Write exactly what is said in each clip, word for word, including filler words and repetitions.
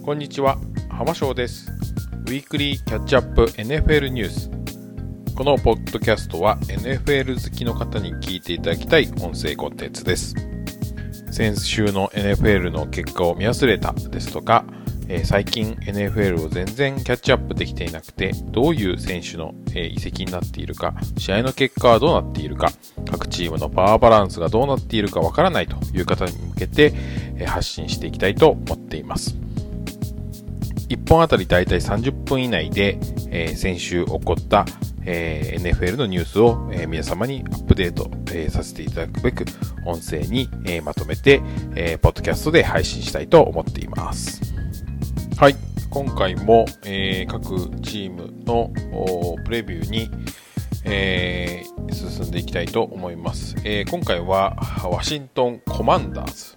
こんにちは、浜翔です。ウィークリーキャッチアップ エヌエフエル ニュース。このポッドキャストは エヌエフエル 好きの方に聞いていただきたい音声コンテンツです。先週の エヌエフエル の結果を見忘れたですとか、えー、最近 エヌエフエル を全然キャッチアップできていなくて、どういう選手の、えー、移籍になっているか、試合の結果はどうなっているか、各チームのパワーバランスがどうなっているかわからないという方に向けて、えー、発信していきたいと思っています。いっぽんあたりだいたいさんじゅっぷん以内で、えー、先週起こった、えー、エヌエフエル のニュースを、えー、皆様にアップデート、えー、させていただくべく音声に、えー、まとめて、えー、ポッドキャストで配信したいと思っています。はい、今回も、えー、各チームのプレビューに、えー、進んでいきたいと思います。えー、今回はワシントンコマンダーズ、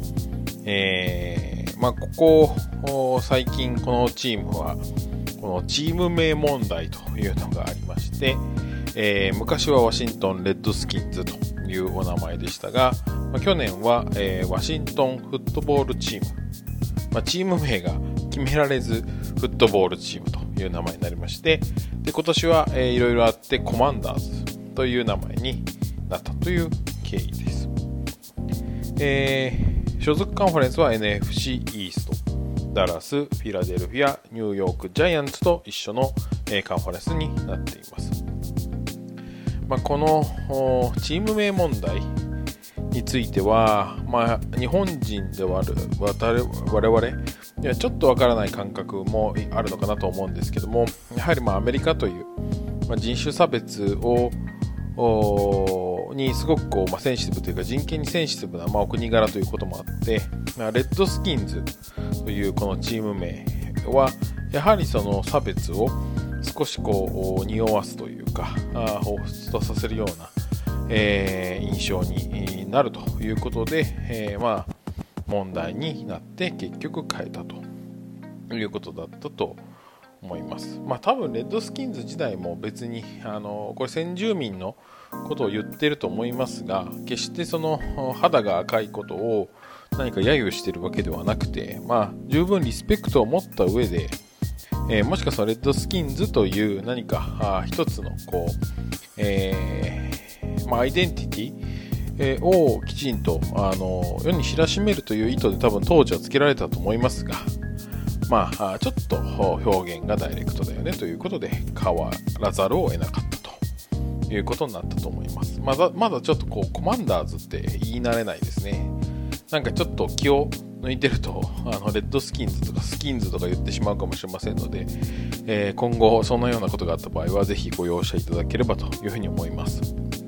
えー、まあここ最近このチームはこのチーム名問題というのがありまして、えー、昔はワシントンレッドスキンズというお名前でしたが、まあ、去年は、えー、ワシントンフットボールチーム、まあ、チーム名が決められずフットボールチームという名前になりまして、で今年は、えー、いろいろあってコマンダーズという名前になったという経緯です。えー、所属カンファレンスは エヌエフシー イースト、ダラス、フィラデルフィア、ニューヨークジャイアンツと一緒の、えー、カンファレンスになっています。まあ、このチーム名問題については、まあ、日本人ではある我々いやちょっとわからない感覚もあるのかなと思うんですけども、やはりまあアメリカという、まあ、人種差別をにすごくこう、まあ、センシティブというか人権にセンシティブな、まあ、お国柄ということもあって、まあ、レッドスキンズというこのチーム名はやはりその差別を少しこう匂わすというか彷彿とさせるような、えー、印象になるということで、えー、まあ問題になって結局変えたということだったと思います。まあ多分レッドスキンズ自体も別にあのこれ先住民のことを言ってると思いますが、決してその肌が赤いことを何か揶揄してるわけではなくて、まあ十分リスペクトを持った上で、えー、もしかしたらレッドスキンズという何か一つのこう、えーまあ、アイデンティティえー、をきちんとあの世に知らしめるという意図で多分当時はつけられたと思いますが、まあちょっと表現がダイレクトだよねということで変わらざるを得なかったということになったと思います。まだまだちょっとこうコマンダーズって言い慣れないですね。なんかちょっと気を抜いてるとあのレッドスキンズとかスキンズとか言ってしまうかもしれませんので、えー、今後そのようなことがあった場合はぜひご容赦いただければというふうに思います。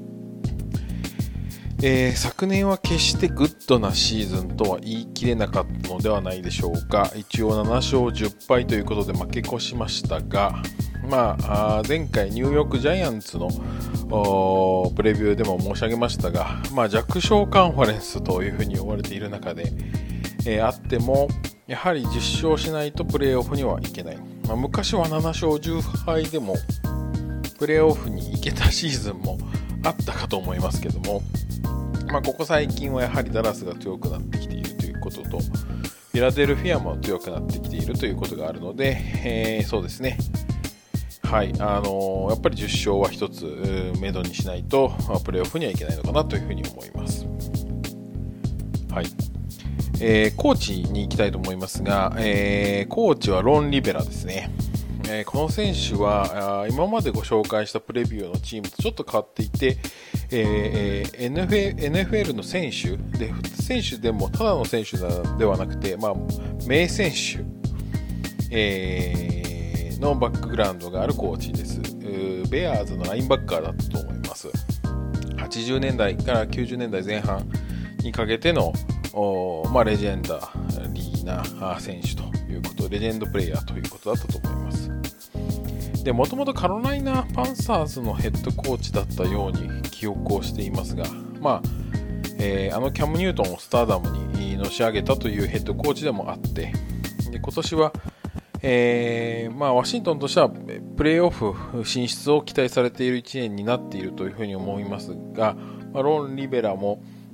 えー、昨年は決してグッドなシーズンとは言い切れなかったのではないでしょうか。一応ななしょうじゅっぱいということで負け越しましたが、まあ、あ前回ニューヨークジャイアンツのプレビューでも申し上げましたが、まあ、弱小カンファレンスというふうに呼ばれている中で、えー、あってもやはりじゅっしょうしないとプレーオフにはいけない。まあ、昔はななしょうじゅうはいでもプレーオフに行けたシーズンもあったかと思いますけども、まあ、ここ最近はやはりダラスが強くなってきているということと、フィラデルフィアも強くなってきているということがあるので、えー、そうですね、はい、あのー、やっぱりじゅっしょうは一つ目処にしないとプレーオフにはいけないのかなというふうに思います。はい、えー、コーチに行きたいと思いますが、えー、コーチはロン・リベラですね。えー、この選手は今までご紹介したプレビューのチームとちょっと変わっていて、えー、エヌエフエル の選手で選手でもただの選手ではなくて、まあ、名選手、えー、のバックグラウンドがあるコーチです。ベアーズのラインバッカーだったと思います。はちじゅうねんだいからきゅうじゅうねんだいぜん半にかけての、まあ、レジェンダリーな選手ということレジェンドプレイヤーということだったと思います。で、もともとカロライナパンサーズのヘッドコーチだったように記憶をしていますが、まあえー、あのキャム・ニュートンをスターダムにのし上げたというヘッドコーチでもあって、で今年は、えーまあ、ワシントンとしてはプレーオフ進出を期待されているいちねんになっているというふうに思いますが、まあ、ロン・リベラも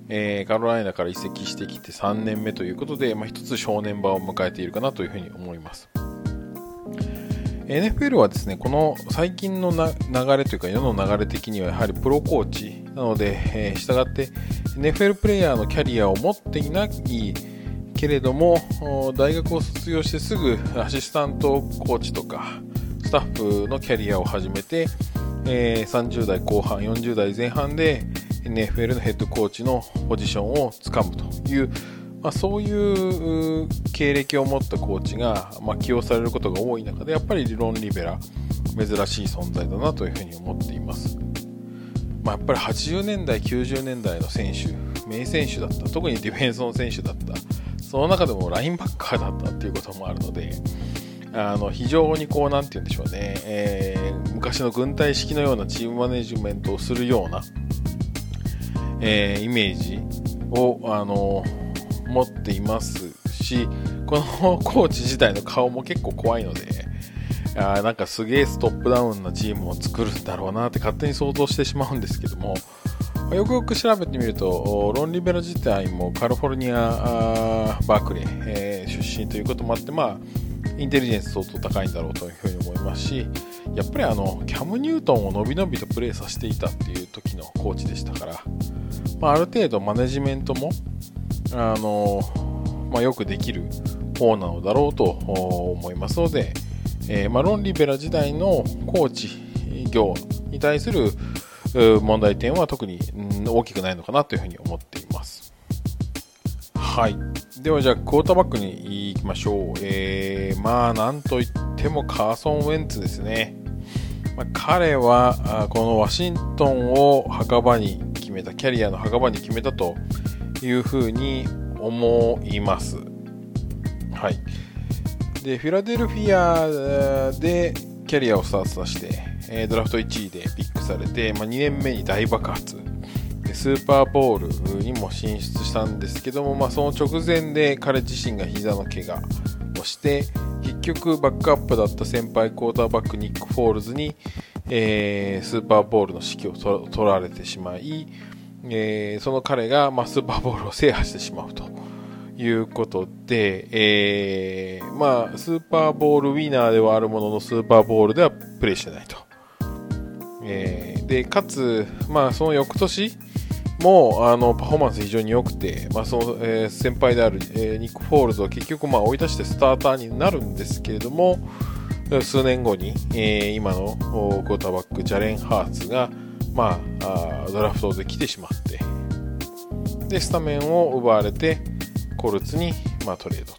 えー、カロライナから移籍してきてさんねんめということで、まあ、一つ正念場を迎えているかなというふうに思います。エヌエフエル はですね、この最近のな流れというか世の流れ的にはやはりプロコーチなので、えー、したがって エヌエフエル プレイヤーのキャリアを持っていないけれども大学を卒業してすぐアシスタントコーチとかスタッフのキャリアを始めて、えー、さんじゅう代後半よんじゅう代前半で エヌエフエル のヘッドコーチのポジションをつかむという、まあ、そういう経歴を持ったコーチが、まあ、起用されることが多い中でやっぱりロン・リベラ珍しい存在だなというふうに思っています。まあ、やっぱりはちじゅうねんだいきゅうじゅうねんだいの選手名選手だった、特にディフェンスの選手だった、その中でもラインバッカーだったっていうこともあるので、あの非常にこうなんて言うんでしょうね、えー、昔の軍隊式のようなチームマネジメントをするような、えー、イメージをあの持っていますし、このコーチ自体の顔も結構怖いので、あなんかすげえストップダウンなチームを作るんだろうなって勝手に想像してしまうんですけども、よくよく調べてみるとロン・リベラ自体もカリフォルニアバークレー、えー、出身ということもあって、まあインテリジェンス相当高いんだろうというふうに思いますし、やっぱりあのキャム・ニュートンをのびのびとプレーさせていたっていう時のコーチでしたから、まあ、ある程度マネジメントもあの、まあ、よくできる方なのだろうと思いますので、えーまあ、ロン・リベラ時代のコーチ業に対する問題点は特に大きくないのかなというふうに思っています。はい。ではじゃあクォーターバックに行きましょう。えー、まあなんといってもカーソン・ウェンツですね。まあ、彼はこのワシントンを墓場に決めた、キャリアの墓場に決めたというふうに思います。はい。でフィラデルフィアでキャリアをスタートさせてドラフトいちいでピックされて、まあ、にねんめに大爆発でスーパーボウルにも進出したんですけども、まあ、その直前で彼自身が膝の怪我をして結局バックアップだった先輩クォーターバックニック・フォールズに、えー、スーパーボウルの指揮を取られてしまい、えー、その彼が、まあ、スーパーボウルを制覇してしまうということで、えー、まあスーパーボウルウィナーではあるもののスーパーボウルではプレーしてないと、えー、でかつ、まあ、その翌年もあのパフォーマンス非常に良くて、まあそのえー、先輩である、えー、ニック・フォールズは結局まあ追い出してスターターになるんですけれども、数年後に、えー、今のクォーターバックジャレン・ハーツが、まあ、あドラフトで来てしまってでスタメンを奪われてコルツに、まあ、トレード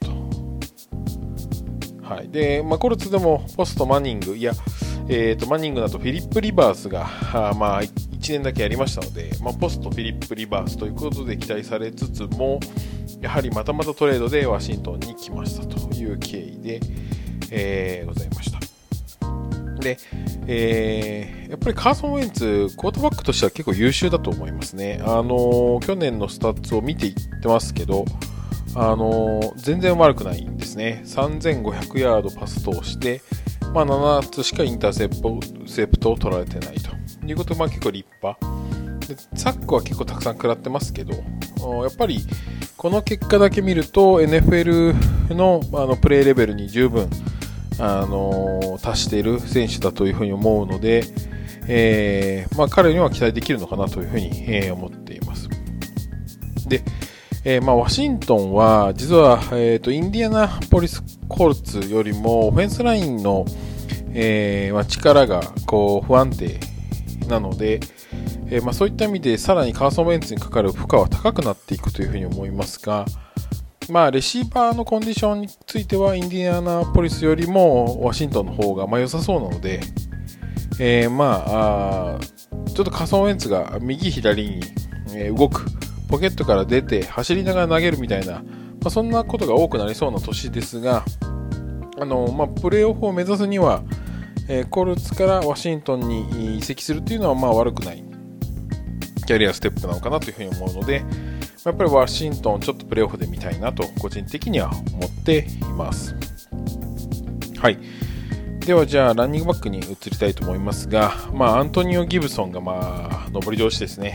と、はいでまあ、コルツでもポストマニングいや、えー、とマニングだとフィリップ・リバースがあ、まあ、いちねんだけやりましたので、まあ、ポストフィリップ・リバースということで期待されつつもやはりまたまたトレードでワシントンに来ましたという経緯で、えー、ございました。で、えー、やっぱりカーソン・ウェンツクォーターバックとしては結構優秀だと思いますね。あのー、去年のスタッツを見ていってますけどあのー、全然悪くないんですね。さんぜんごひゃくヤードパス通して、まあ、ななつしかインターセプト、セプトを取られてないということで、まあ、結構立派でサックは結構たくさん食らってますけどやっぱりこの結果だけ見ると エヌエフエル の, あのプレーレベルに十分、あのー、達している選手だというふうに思うので、えーまあ、彼には期待できるのかなというふうに、えー、思っています。でえーまあ、ワシントンは実は、えー、とインディアナポリスコルツよりもオフェンスラインの、えーまあ、力がこう不安定なので、えーまあ、そういった意味でさらにカーソン・ウェンツにかかる負荷は高くなっていくというふうに思いますが、まあ、レシーバーのコンディションについてはインディアナポリスよりもワシントンの方がまあ良さそうなので、えー、まあ、あちょっとカーソン・ウェンツが右左に、えー、動くポケットから出て走りながら投げるみたいな、まあ、そんなことが多くなりそうな年ですが、あの、まあ、プレーオフを目指すには、えー、コルツからワシントンに移籍するというのはまあ悪くないキャリアステップなのかなというふうに思うので、やっぱりワシントンちょっとプレーオフで見たいなと個人的には思っています。はい。ではじゃあランニングバックに移りたいと思いますが、まあ、アントニオ・ギブソンがまあ上り調子ですね。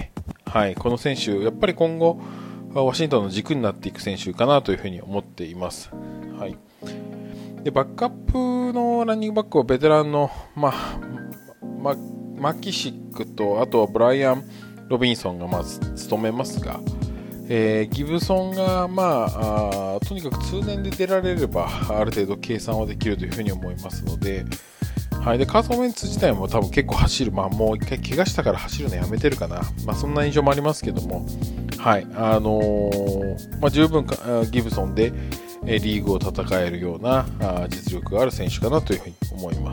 はい、この選手やっぱり今後ワシントンの軸になっていく選手かなというふうに思っています。はい、でバックアップのランニングバックはベテランの、まあま、マキシックとあとはブライアン・ロビンソンがまず務めますが、えー、ギブソンが、まあ、あとにかく通年で出られればある程度計算はできるというふうに思いますので、はい、でカーソン・ウェンツ自体も多分結構走る、まあ、もう一回怪我したから走るのやめてるかな、まあ、そんな印象もありますけども、はいあのーまあ、十分かギブソンでリーグを戦えるような実力がある選手かなというふうに思います。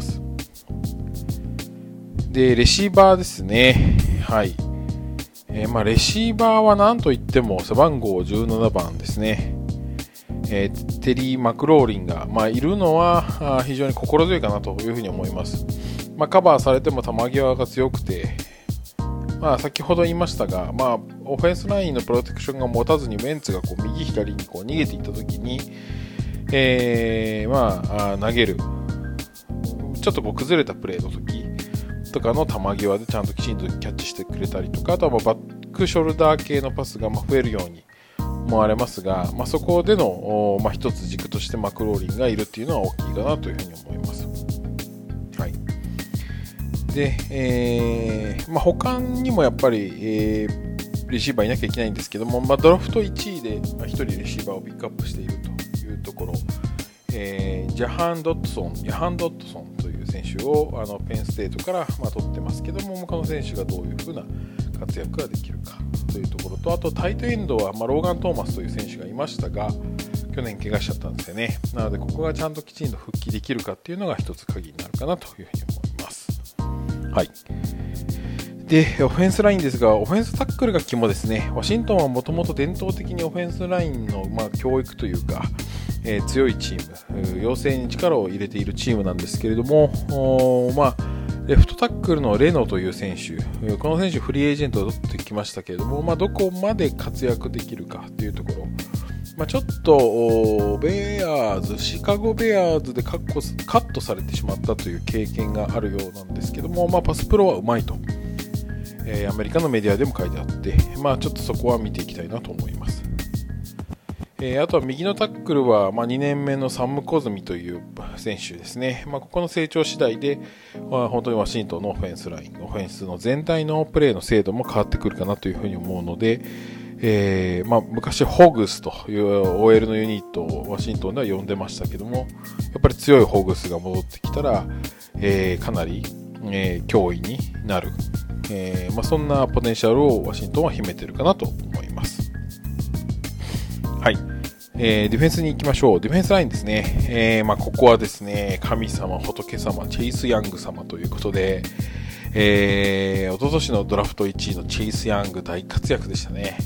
でレシーバーですね。はいえーまあ、レシーバーは何といっても背番号じゅうななばんですね。えー、テリー・マクローリンが、まあ、いるのは非常に心強いかなというふうに思います。まあ、カバーされても球際が強くて、まあ、先ほど言いましたが、まあ、オフェンスラインのプロテクションが持たずにウェンツがこう右左にこう逃げていったときに、えーまあ、あ投げるちょっとこう崩れたプレーの時とかの球際でちゃんときちんとキャッチしてくれたりとか、あとはまあバックショルダー系のパスがまあ増えるように思われますが、まあ、そこでの、まあ、一つ軸としてマクローリンがいるっていうのは大きいかなというふうに思います。はい、で、えーまあ、他にもやっぱり、えー、レシーバーいなきゃいけないんですけども、まあ、ドラフトいちいでひとりレシーバーをピックアップしているというところ、えー、ジャハン・ドットソン、ジャハン・ドットソンという選手をあのペンステートから、まあ、取ってますけども、この選手がどういうふうな活躍ができるかというところと、あとタイトエンドは、まあ、ローガン・トーマスという選手がいましたが去年怪我しちゃったんですよね。なのでここがちゃんときちんと復帰できるかっていうのが一つ鍵になるかなというふうに思います。はい。でオフェンスラインですが、オフェンスタックルが肝ですね。ワシントンはもともと伝統的にオフェンスラインの、まあ、教育というか、えー、強いチーム、養成に力を入れているチームなんですけれども、まあレフトタックルのレノという選手、この選手フリーエージェントを取ってきましたけれども、まあ、どこまで活躍できるかというところ、まあ、ちょっとベアーズシカゴベアーズでカッコカットされてしまったという経験があるようなんですけども、まあ、パスプロはうまいと、えー、アメリカのメディアでも書いてあって、まあ、ちょっとそこは見ていきたいなと思います。えー、あとは右のタックルは、まあ、にねんめのサム・コズミという選手ですね。まあ、ここの成長次第で、まあ、本当にワシントンのオフェンスライン、オフェンスの全体のプレーの精度も変わってくるかなというふうに思うので、えーまあ、昔ホグスという オーエル のユニットをワシントンでは呼んでましたけども、やっぱり強いホグスが戻ってきたら、えー、かなり、えー、脅威になる、えーまあ、そんなポテンシャルをワシントンは秘めているかなと思います。はい、えー、ディフェンスに行きましょう。ディフェンスラインですね。えーまあ、ここはですね、神様、仏様、チェイス・ヤング様ということで、えー、一昨年のドラフトいちいのチェイス・ヤング大活躍でしたね。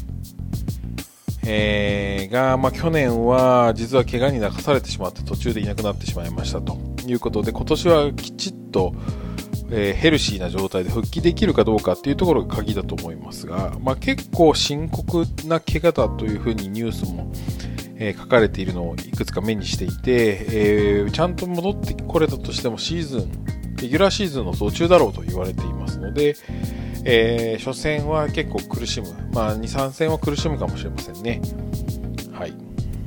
えー、が、まあ、去年は実は怪我に泣かされてしまって途中でいなくなってしまいましたということで、今年はきちっと、えー、ヘルシーな状態で復帰できるかどうかっていうところが鍵だと思いますが、まあ、結構深刻な怪我だというふうにニュースも、えー、書かれているのをいくつか目にしていて、えー、ちゃんと戻ってこれたとしてもシーズンレギュラーシーズンの途中だろうと言われていますので、えー、初戦は結構苦しむ、まあ、にさん戦は苦しむかもしれませんね。はい。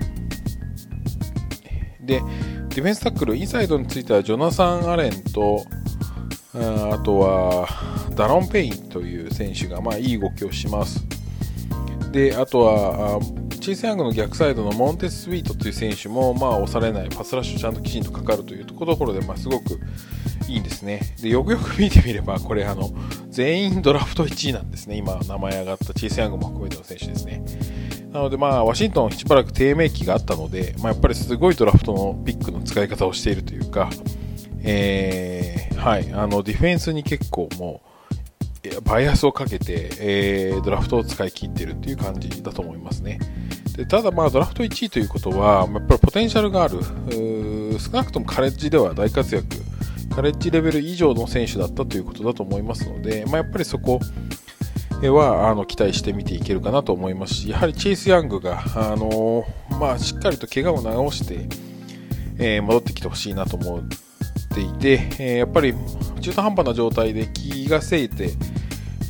で、ディフェンスタックルインサイドについてはジョナサン・アレンとあとはダロン・ペインという選手が、まあ、いい動きをします。で、あとはチェイス・ヤングの逆サイドのモンテス・スウィートという選手も、まあ、押されないパスラッシュちゃんときちんとかかるというところで、まあ、すごくいいんですね。で、よくよく見てみればこれあの全員ドラフトいちいなんですね。今名前上がったチェイス・ヤングも含めての選手ですね。なので、まあ、ワシントンしばらく低迷期があったので、まあ、やっぱりすごいドラフトのピックの使い方をしているというか、えー、はい、あのディフェンスに結構もうバイアスをかけて、えー、ドラフトを使い切っているという感じだと思いますね。で、ただまあドラフトいちいということはやっぱりポテンシャルがある、少なくともカレッジでは大活躍、カレッジレベル以上の選手だったということだと思いますので、まあ、やっぱりそこはあの期待して見ていけるかなと思いますし、やはりチェイス・ヤングが、あのーまあ、しっかりと怪我を治して、えー、戻ってきてほしいなと思っていて、えー、やっぱり中途半端な状態で気がせいて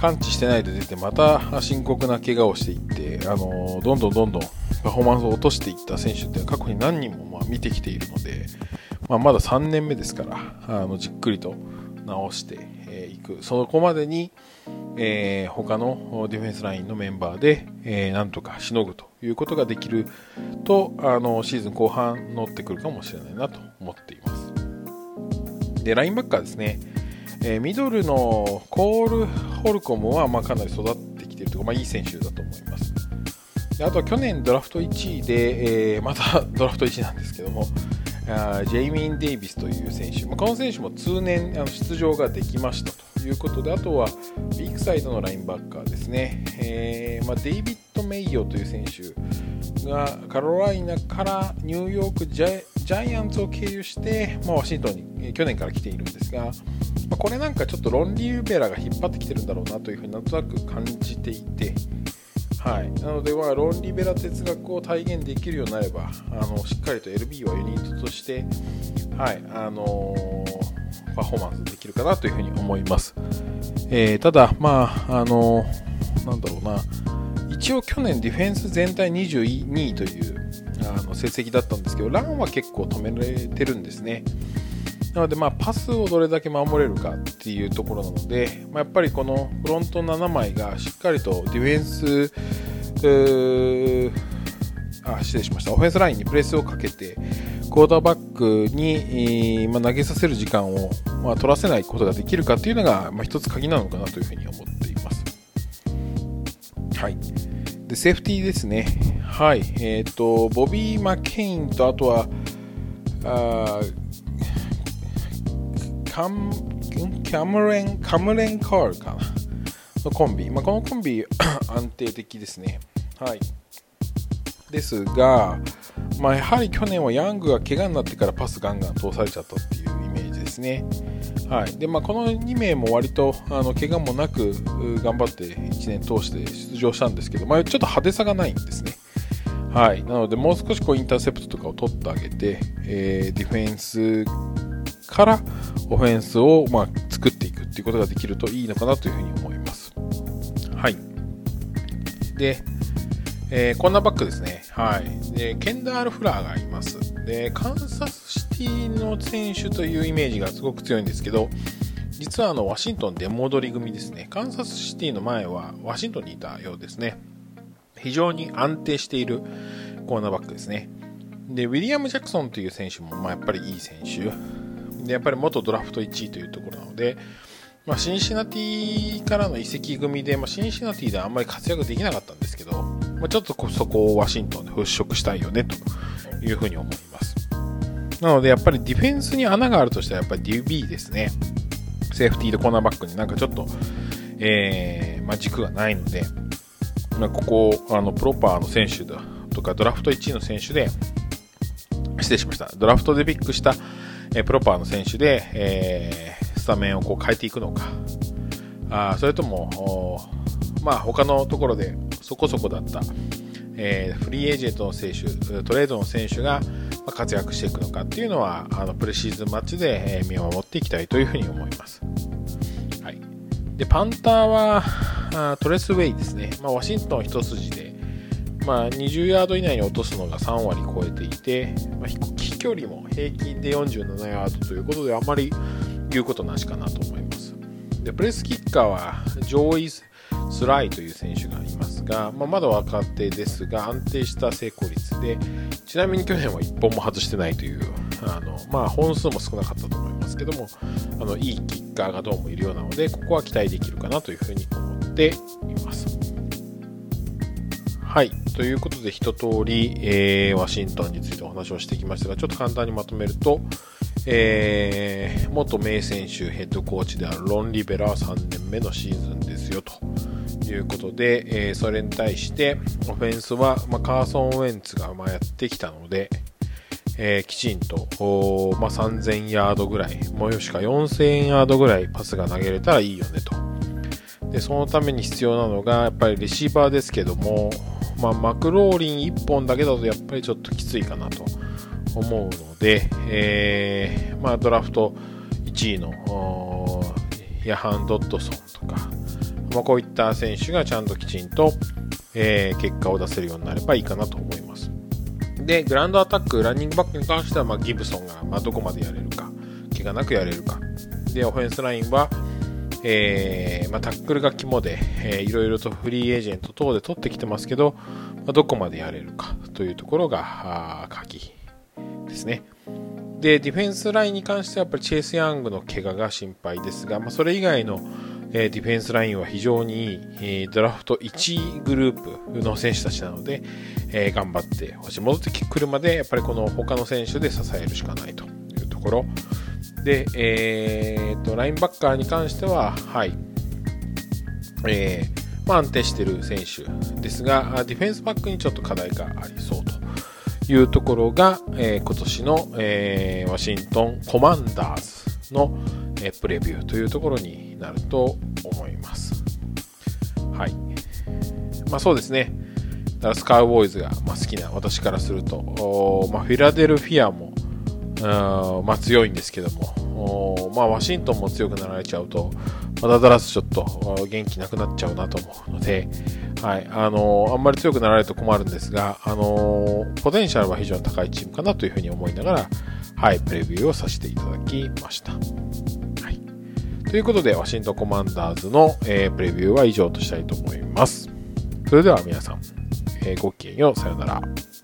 完治してないで出てまた深刻な怪我をしていって、あのどんどんどんどんパフォーマンスを落としていった選手って過去に何人もまあ見てきているので、まあ、まださんねんめですから、あのじっくりと直してい、えー、く、そこまでに、えー、他のディフェンスラインのメンバーで、えー、なんとかしのぐということができると、あのシーズン後半乗ってくるかもしれないなと思っています。でラインバッカーですね、えー、ミドルのコール・ホルコムはまあかなり育ってきているというか、まあ、いい選手だと思います。であとは去年ドラフトいちいで、えー、またドラフトいちいなんですけども、あジェイミン・デイビスという選手、まあ、この選手も通年あの出場ができましたということで、あとはビッグサイドのラインバッカーですね、えーまあ、デイビッド・メイヨという選手がカロライナからニューヨークジャイ、ジャイアンツを経由して、まあ、ワシントンに、えー、去年から来ているんですが、まあ、これなんかちょっとロンリー・ベラが引っ張ってきてるんだろうなというふうになんとなく感じていて、はい、なので、まあ、ロンリベラ哲学を体現できるようになれば、あのしっかりと エルビー はユニットとして、はいあのー、パフォーマンスできるかなというふうに思います。えー、ただ、まああのー、なんだろうな、一応去年ディフェンス全体にじゅうにいというあの成績だったんですけど、ランは結構止められてるんですね。なので、まあ、パスをどれだけ守れるかっていうところなので、まあ、やっぱりこのフロントななまいがしっかりとディフェンス、あ、失礼しました。オフェンスラインにプレスをかけて、クォーターバックに、まあ、投げさせる時間を、まあ、取らせないことができるかっていうのが、まあ、一つ鍵なのかなというふうに思っています。はい。で、セーフティーですね。はい。えっと、ボビー・マッケインと、あとは、あカム、キャムレン、カムレンカールかなのコンビ。まあ、このコンビ安定的ですね。はい。ですが、まあ、やはり去年はヤングが怪我になってからパスガンガン通されちゃったっていうイメージですね。はい。で、まあ、このにめいも割とあの怪我もなく頑張っていちねん通して出場したんですけど、まあ、ちょっと派手さがないんですね。はい。なので、もう少しこうインターセプトとかを取ってあげて、えー、ディフェンスからオフェンスをまあ作っていくっていうことができるといいのかなというふうに思います。はい。で、えー、コーナーバックですね。はい。で、ケンダール・フラーがいます。で、カンサスシティの選手というイメージがすごく強いんですけど、実はあのワシントン出戻り組ですね。カンサスシティの前はワシントンにいたようですね。非常に安定しているコーナーバックですね。で、ウィリアム・ジャクソンという選手もまあやっぱりいい選手。でやっぱり元ドラフトいちいというところなので、まあ、シンシナティからの移籍組で、まあ、シンシナティではあんまり活躍できなかったんですけど、まあ、ちょっとそこをワシントンで払拭したいよねというふうに思います。なのでやっぱりディフェンスに穴があるとしたらやっぱり ディービー ですね。セーフティーとコーナーバックになんかちょっと、えーまあ、軸がないので、まあ、ここあのプロパーの選手だとかドラフトいちいの選手で、失礼しました、ドラフトでピックしたプロパーの選手で、えー、スタメンをこう変えていくのか、あそれとも、まあ、他のところでそこそこだった、えー、フリーエージェントの選手、トレードの選手が活躍していくのかっていうのはあのプレシーズンマッチで、えー、見守っていきたいというふうに思います。はい、でパンターはあトレスウェイですね。まあ、ワシントン一筋で、まあ、にじゅうヤード以内に落とすのがさんわり超えていて、まあ、飛距離も平均でよんじゅうななヤードということであまり言うことなしかなと思います。でプレスキッカーはジョーイス・スライという選手がいますが、まあ、まだ若手ですが安定した成功率で、ちなみに去年はいっぽんも外してないという、あの、まあ、本数も少なかったと思いますけども、あのいいキッカーがどうもいるようなので、ここは期待できるかなというふうに思っています。はい。ということで一通り、えー、ワシントンについてお話をしてきましたが、ちょっと簡単にまとめると、えー、元名選手ヘッドコーチであるロン・リベラはさんねんめのシーズンですよということで、えー、それに対してオフェンスは、まあ、カーソン・ウェンツがまあやってきたので、えー、きちんと、まあ、さんぜんヤードぐらい、もしくはよんせんヤードぐらいパスが投げれたらいいよねと。でそのために必要なのがやっぱりレシーバーですけども、まあ、マクローリンいっぽんだけだとやっぱりちょっときついかなと思うので、えーまあ、ドラフトいちいのヤハン・ドットソンとか、 まあ、こういった選手がちゃんときちんと、えー、結果を出せるようになればいいかなと思います。で、グラウンドアタック、ランニングバックに関しては、まあ、ギブソンが、まあ、どこまでやれるか、怪我なくやれるか。で、オフェンスラインは、えーまあ、タックルが肝で、えー、いろいろとフリーエージェント等で取ってきてますけど、まあ、どこまでやれるかというところが鍵ですね。で、ディフェンスラインに関してはやっぱりチェイス・ヤングの怪我が心配ですが、まあ、それ以外の、えー、ディフェンスラインは非常にいい、えー、ドラフトいちグループの選手たちなので、えー、頑張ってほしい。戻ってくるまでやっぱりこの他の選手で支えるしかないというところで、えー、とラインバッカーに関しては、はい、えーまあ、安定している選手ですが、ディフェンスバックにちょっと課題がありそうというところが、えー、今年の、えー、ワシントンコマンダーズの、えー、プレビューというところになると思います。はい。まあそうですね。ダラスカウボーイズが、まあ、好きな私からすると、まあ、フィラデルフィアも、まあ、強いんですけども、まあ、ワシントンも強くなられちゃうと、またダラスちょっと元気なくなっちゃうなと思うので、はい、あのー、あんまり強くなられると困るんですが、あのー、ポテンシャルは非常に高いチームかなというふうに思いながら、はい、プレビューをさせていただきました。はい、ということで、ワシントンコマンダーズの、えー、プレビューは以上としたいと思います。それでは皆さん、えー、ごきげんよう、さよなら。